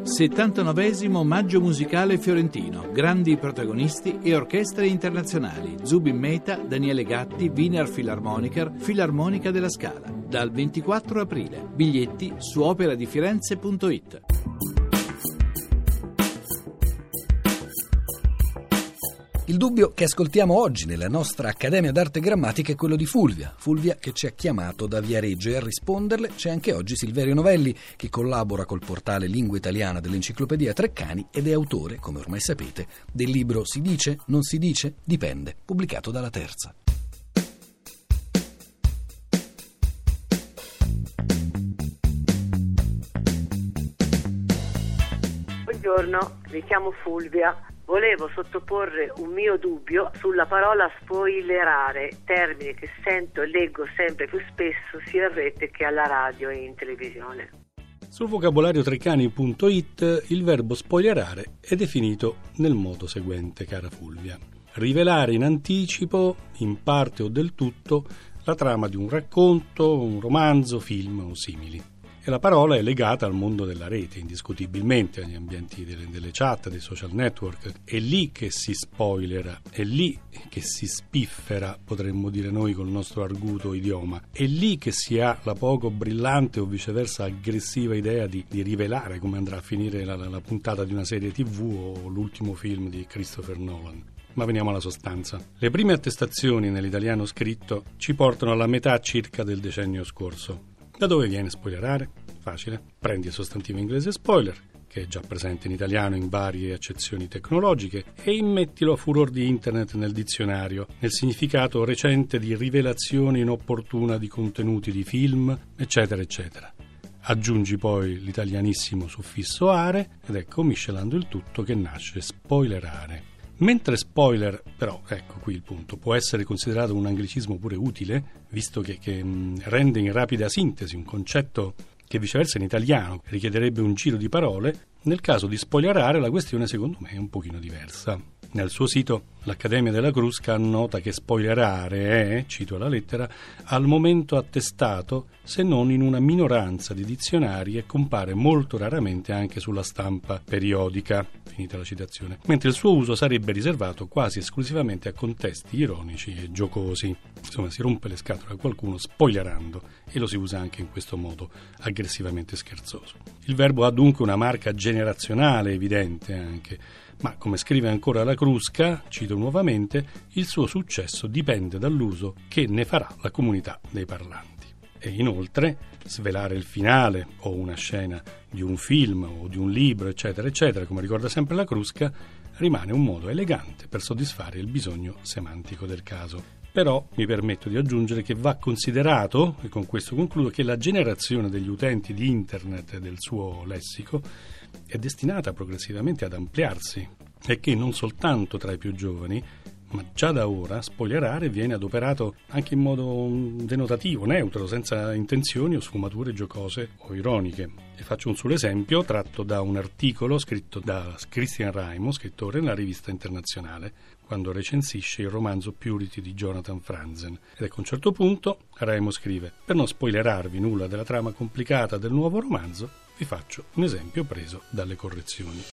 79esimo Maggio Musicale Fiorentino. Grandi protagonisti e orchestre internazionali. Zubin Mehta, Daniele Gatti, Wiener Philharmoniker, Filarmonica della Scala. Dal 24 aprile. Biglietti su operadifirenze.it. Il dubbio che ascoltiamo oggi nella nostra Accademia d'Arte Grammatica è quello di Fulvia che ci ha chiamato da Viareggio, e a risponderle c'è anche oggi Silverio Novelli, che collabora col portale Lingua Italiana dell'Enciclopedia Treccani ed è autore, come ormai sapete, del libro Si dice? Non si dice? Dipende, pubblicato dalla Terza. Buongiorno, mi chiamo Fulvia. Volevo sottoporre un mio dubbio sulla parola spoilerare, termine che sento e leggo sempre più spesso sia in rete che alla radio e in televisione. Sul vocabolario treccani.it il verbo spoilerare è definito nel modo seguente, cara Fulvia: rivelare in anticipo, in parte o del tutto, la trama di un racconto, un romanzo, film o simili. E la parola è legata al mondo della rete, indiscutibilmente, agli ambienti delle chat, dei social network. È lì che si spoilera, è lì che si spiffera, potremmo dire noi col nostro arguto idioma. È lì che si ha la poco brillante o viceversa aggressiva idea di rivelare come andrà a finire la puntata di una serie TV o l'ultimo film di Christopher Nolan. Ma veniamo alla sostanza. Le prime attestazioni nell'italiano scritto ci portano alla metà circa del decennio scorso. Da dove viene spoilerare? Facile. Prendi il sostantivo inglese spoiler, che è già presente in italiano in varie accezioni tecnologiche, e immettilo a furor di internet nel dizionario, nel significato recente di rivelazione inopportuna di contenuti di film, eccetera, eccetera. Aggiungi poi l'italianissimo suffisso are ed ecco, miscelando il tutto, che nasce spoilerare. Mentre spoiler, però, ecco qui il punto, può essere considerato un anglicismo pure utile, visto che rende in rapida sintesi un concetto che viceversa in italiano richiederebbe un giro di parole, nel caso di spoilerare la questione secondo me è un pochino diversa. Nel suo sito l'Accademia della Crusca annota che spoilerare è, cito la lettera, al momento attestato se non in una minoranza di dizionari e compare molto raramente anche sulla stampa periodica, finita la citazione, mentre il suo uso sarebbe riservato quasi esclusivamente a contesti ironici e giocosi. Insomma, si rompe le scatole a qualcuno spoilerando e lo si usa anche in questo modo aggressivamente scherzoso. Il verbo ha dunque una marca generazionale evidente anche, ma come scrive ancora la Crusca, cito nuovamente, il suo successo dipende dall'uso che ne farà la comunità dei parlanti. E inoltre, svelare il finale o una scena di un film o di un libro, eccetera, eccetera, come ricorda sempre la Crusca, rimane un modo elegante per soddisfare il bisogno semantico del caso. Però mi permetto di aggiungere che va considerato, e con questo concludo, che la generazione degli utenti di internet e del suo lessico è destinata progressivamente ad ampliarsi e che non soltanto tra i più giovani, ma già da ora spoilerare viene adoperato anche in modo denotativo, neutro, senza intenzioni o sfumature giocose o ironiche. E faccio un solo esempio tratto da un articolo scritto da Christian Raimo, scrittore, nella rivista Internazionale, quando recensisce il romanzo Purity di Jonathan Franzen. Ed ecco, a un certo punto Raimo scrive: per non spoilerarvi nulla della trama complicata del nuovo romanzo, vi faccio un esempio preso dalle correzioni.